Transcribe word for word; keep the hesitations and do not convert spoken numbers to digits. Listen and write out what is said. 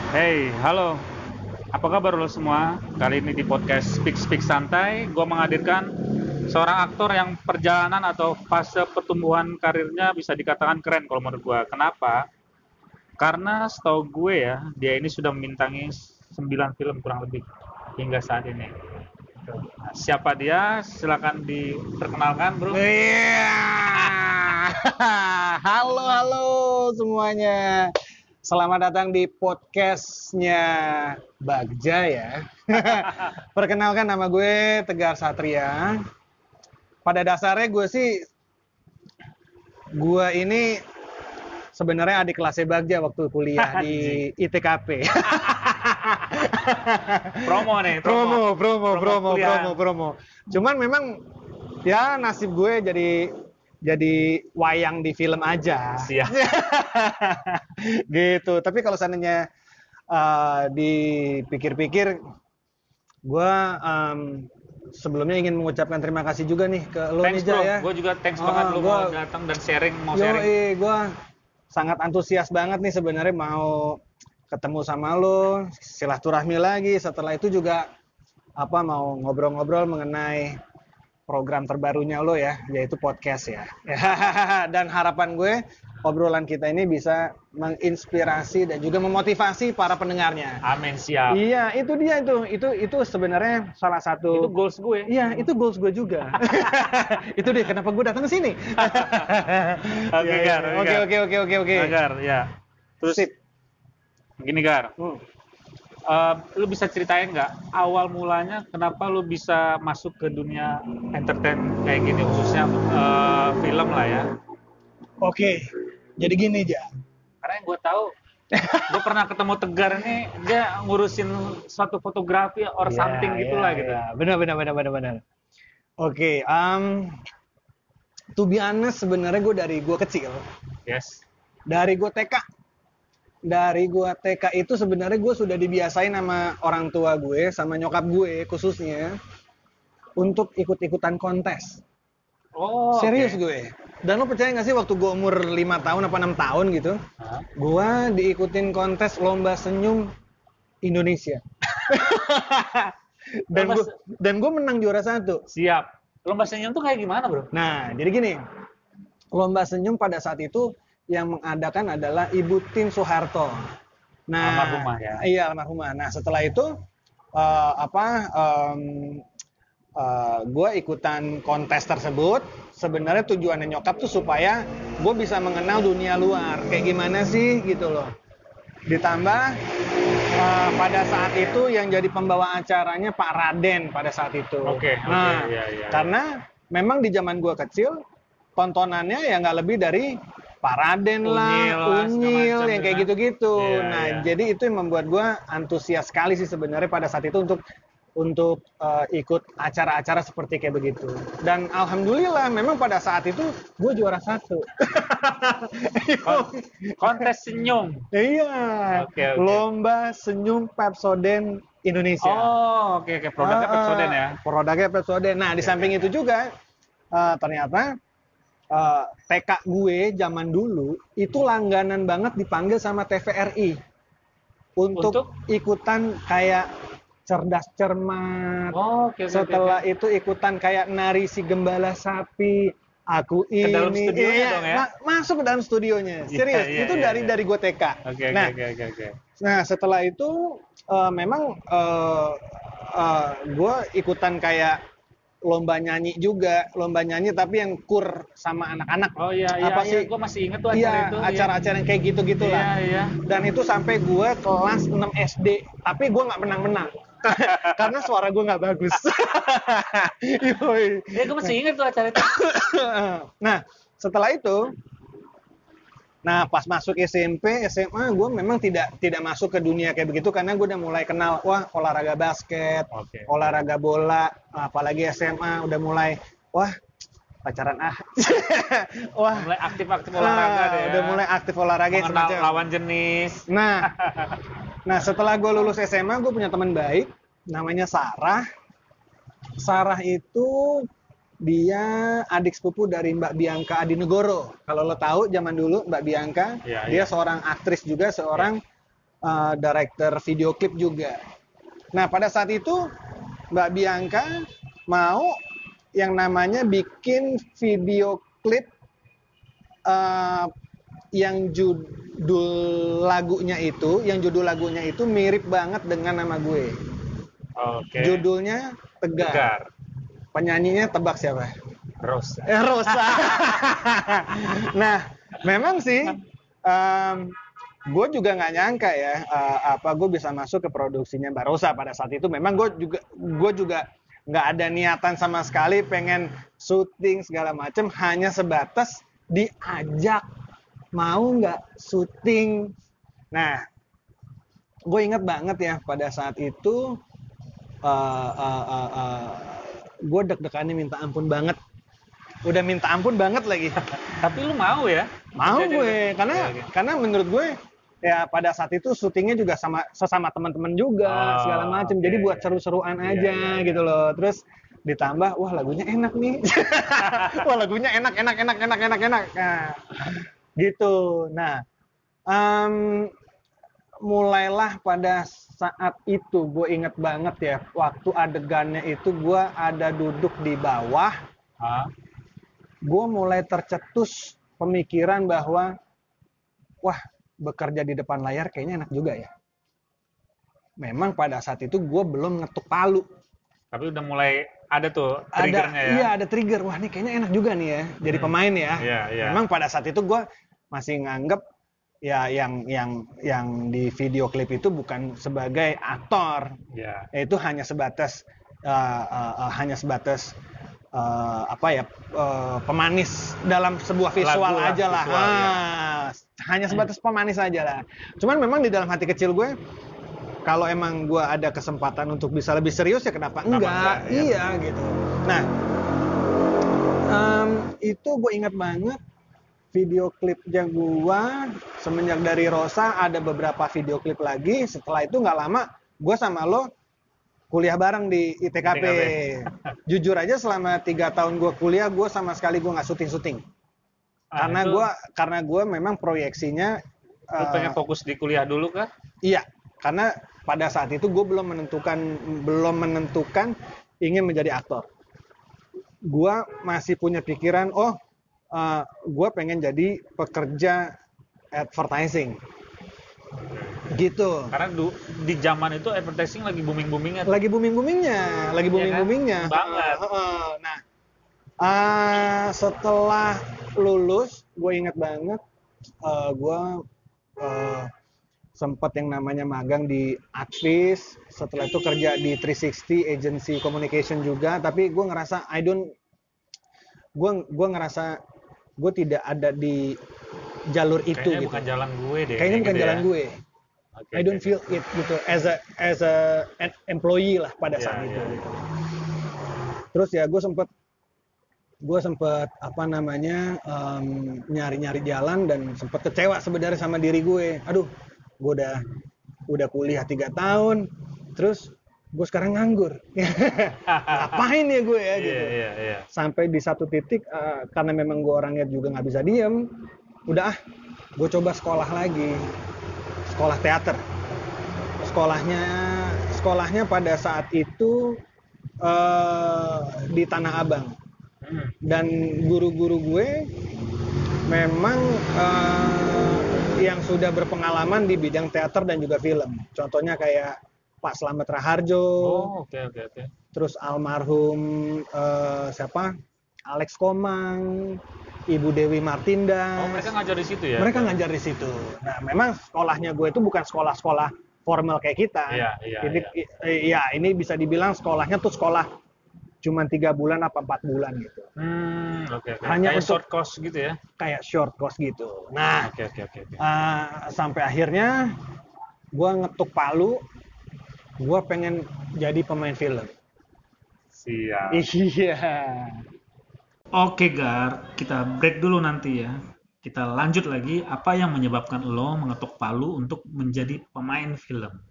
Hey, halo. Apa kabar lo semua? Kali ini di podcast Speak Speak Santai, gue menghadirkan seorang aktor yang perjalanan atau fase pertumbuhan karirnya bisa dikatakan keren kalau menurut gue. Kenapa? Karena setahu gue ya, dia ini sudah membintangi sembilan film kurang lebih hingga saat ini. Nah, siapa dia? Silakan diperkenalkan, bro. Iya. Halo, halo semuanya. Selamat datang di podcastnya Bagja ya. Perkenalkan, nama gue Tegar Satria. Pada dasarnya gue sih, gue ini sebenarnya adik kelasnya Bagja waktu kuliah di I T K P. Promo nih, promo, promo. promo, Promo promo, kuliah. promo, promo. Cuman memang ya nasib gue jadi jadi wayang di film aja. Siap. Gitu. Tapi kalau seandainya uh, dipikir-pikir, gue um, sebelumnya ingin mengucapkan terima kasih juga nih ke lo Thanks nih, Ja, bro, ya. gue juga thanks Oh, banget lo gua- mau datang dan sharing, mau Yo, sharing. gue sangat antusias banget nih sebenarnya mau ketemu sama lo, silaturahmi lagi. Setelah itu juga apa mau ngobrol-ngobrol mengenai program terbarunya lo ya, yaitu podcast ya. Dan harapan gue obrolan kita ini bisa menginspirasi dan juga memotivasi para pendengarnya. Amin, siap. Iya, itu dia itu. Itu itu sebenarnya salah satu. Itu goals gue. Iya, itu goals gue juga. Itu dia kenapa gue datang ke sini. Oke, Iya, iya. Gar, Oke, Gar. oke, oke, oke, oke. Gar, ya. Terus Sip. gini Gar, Hmm. Eh, lu bisa ceritain nggak awal mulanya kenapa lu bisa masuk ke dunia entertain kayak gini, khususnya eh, film lah ya? Oke. Jadi gini, Ja. Karena yang gue tahu, gue pernah ketemu Tegar ini, dia ngurusin suatu fotografi or Iya, something iya, gitulah gitu. iya. Benar, benar, benar, benar, benar. Oke, um, to be honest sebenarnya gue dari gue kecil, Yes. dari gue T K, dari gue T K itu sebenarnya gue sudah dibiasain sama orang tua gue, sama nyokap gue khususnya untuk ikut-ikutan kontes. Oh, Serius oke. gue. Dan lo percaya nggak sih waktu gue umur lima tahun apa enam tahun gitu, Hah? gue diikutin kontes lomba senyum Indonesia. dan Lomba gue se- dan gue menang juara satu. Siap. Lomba senyum tuh kayak gimana bro? Nah, jadi gini, lomba senyum pada saat itu yang mengadakan adalah Ibu Tin Soeharto. Nah, Almarhumah ya. Iya, almarhumah. Nah, setelah itu eh, apa? Um, gue ikutan kontes tersebut. Sebenarnya tujuannya nyokap tuh supaya gue bisa mengenal dunia luar. Kayak gimana sih gitu loh. Ditambah eh, pada saat itu yang jadi pembawa acaranya Pak Raden pada saat itu. Oke, oke, Nah, iya, iya. karena memang di zaman gue kecil tontonannya ya nggak lebih dari Pak Raden Unyil lah, lah, segala Unyil macam yang kayak ya. gitu-gitu. Iya, Nah, iya. jadi itu yang membuat gue antusias sekali sih sebenarnya pada saat itu untuk untuk eh, ikut acara-acara seperti kayak begitu. Dan alhamdulillah memang pada saat itu gue juara satu. Kon- kontes senyum. Iya, Oke, oke. lomba senyum Pepsodent Indonesia. Oh, oke, oke. Produknya Ah, Pepsodent ya. Produknya Pepsodent. Nah, di samping itu juga eh, ternyata eh, T K gue zaman dulu itu langganan banget dipanggil sama T V R I untuk, Untuk? ikutan kayak cerdas cermat. Oh, oke, oke, Setelah oke, oke. itu ikutan kayak nari si gembala sapi. Aku Ke ini dalam studionya iya, dong ya? ma- masuk ke dalam studionya. Iya, Serius, iya, itu iya, dari iya. dari gue T K. Oke, oke, Nah, oke, oke, oke. Nah, setelah itu eh, memang eh, eh, gue ikutan kayak lomba nyanyi juga, lomba nyanyi tapi yang kur sama anak-anak. Oh iya, iya, Apa iya. sih? Gue masih inget tuh acara Iya, itu. acara-acara yang kayak gitu-gitu Iya, lah. iya. Dan itu sampai gue kelas enam S D, tapi gue nggak menang-menang. Karena suara gue nggak bagus. Yoi. Iya, gue masih inget tuh acara itu. Nah, setelah itu, nah pas masuk S M P, S M A, gue memang tidak tidak masuk ke dunia kayak begitu karena gue udah mulai kenal, wah olahraga basket, Oke. olahraga bola, apalagi S M A udah mulai, wah pacaran ah, wah Mulai aktif-aktif olahraga ah, deh ya. udah mulai aktif olahraga Mengenal semacam. lawan jenis. Nah, nah setelah gue lulus S M A, gue punya teman baik, namanya Sarah. Sarah itu dia adik sepupu dari Mbak Bianca Adinegoro. Kalau lo tahu zaman dulu Mbak Bianca, Iya, dia iya. seorang aktris juga, seorang uh, director video klip juga. Nah, pada saat itu Mbak Bianca mau yang namanya bikin video klip uh, yang judul lagunya itu, yang judul lagunya itu mirip banget dengan nama gue. Oke. Judulnya Tegar. Tegar. Penyanyinya tebak siapa? Rosa. Eh, Rosa. Nah, memang sih um, gue juga nggak nyangka ya uh, apa gue bisa masuk ke produksinya Mbak Rosa pada saat itu. Memang gue juga gue juga nggak ada niatan sama sekali pengen syuting segala macem, hanya sebatas diajak mau nggak syuting. Nah, gue inget banget ya pada saat itu uh, uh, uh, uh, gue deg-degannya minta ampun banget. Udah minta ampun banget lagi. Tapi lu mau ya? Mau Jadi, gue, karena ya, ya. karena menurut gue ya pada saat itu syutingnya juga sama sesama teman-teman juga Oh, segala macam. oke. Jadi buat seru-seruan Iya, aja iya, iya. gitu loh. Terus ditambah wah lagunya enak nih. Wah lagunya enak enak enak enak enak enak. Nah, gitu. Nah, um, mulailah pada saat itu gue inget banget ya waktu adegannya itu gue ada duduk di bawah. Hah? Gue mulai tercetus pemikiran bahwa wah bekerja di depan layar kayaknya enak juga ya. Memang pada saat itu gue belum ngetuk palu. Tapi udah mulai ada tuh Ada, triggernya ya? iya ada trigger. Wah ini kayaknya enak juga nih ya jadi Hmm. pemain ya. Iya, iya. Memang pada saat itu gue masih nganggep ya yang yang yang di video klip itu bukan sebagai aktor. Iya. Itu hanya sebatas uh, uh, uh, hanya sebatas uh, apa ya uh, pemanis dalam sebuah visual Lagu lah, aja lah. visual, ya. Ah, hanya sebatas pemanis aja lah. Cuman memang di dalam hati kecil gue kalau emang gue ada kesempatan untuk bisa lebih serius ya kenapa, Kenapa enggak? enggak, ya? Iya gitu. Nah, um, itu gue ingat banget video klipnya gue semenjak dari Rosa ada beberapa video klip lagi. Setelah itu nggak lama gue sama lo kuliah bareng di I T K P. I T K P. Jujur aja selama tiga tahun gue kuliah gue sama sekali gue nggak syuting-syuting. Ah, Karena itu gue karena gue memang proyeksinya lu eh, pengen fokus di kuliah dulu kah? iya, karena pada saat itu gue belum menentukan belum menentukan ingin menjadi aktor. Gue masih punya pikiran, oh, uh, gue pengen jadi pekerja advertising, gitu. Karena du- di zaman itu advertising lagi booming-boomingnya. Lagi booming boomingnya, lagi booming boomingnya. Iya kan? Banget. Nah, uh, setelah lulus, gue ingat banget, uh, gue uh, sempat yang namanya magang di Advis, setelah itu kerja di three sixty agency communication juga, tapi gue ngerasa I don't gue gue ngerasa gue tidak ada di jalur itu Kayaknya gitu. bukan jalan gue deh. Kayaknya bukan gitu jalan ya. gue. Oke, I don't oke, feel oke. it gitu as a as a an employee lah pada Iya, saat itu. iya. Gitu. Terus ya gue sempet gue sempet apa namanya um, nyari-nyari jalan dan sempet kecewa sebenarnya sama diri gue. Aduh, gue udah udah kuliah tiga tahun, terus gue sekarang nganggur. Ngapain ya gue ya gitu. Iya, iya, iya. Sampai di satu titik uh, karena memang gue orangnya juga nggak bisa diem, udah ah, gue coba sekolah lagi, sekolah teater. Sekolahnya sekolahnya pada saat itu uh, di Tanah Abang. Hmm. Dan guru-guru gue memang uh, yang sudah berpengalaman di bidang teater dan juga film. Contohnya kayak Pak Slamet Raharjo, Oh, oke, oke, oke. terus almarhum uh, siapa? Alex Komang, Ibu Dewi Martinda. Oh, mereka ngajar di situ ya? Mereka ngajar di situ. Nah, memang sekolahnya gue itu bukan sekolah-sekolah formal kayak kita. Iya, iya, Ini, iya, ini bisa dibilang sekolahnya tuh sekolah cuma tiga bulan apa empat bulan gitu. Hmm, oke, oke. Hanya Kayak untuk- short course gitu ya? Kayak short course gitu. Nah, Oke, oke, oke, oke. uh, sampai akhirnya gue ngetuk palu, gue pengen jadi pemain film. Siap. Iya. Oke, Gar, kita break dulu nanti ya. Kita lanjut lagi apa yang menyebabkan lo mengetuk palu untuk menjadi pemain film.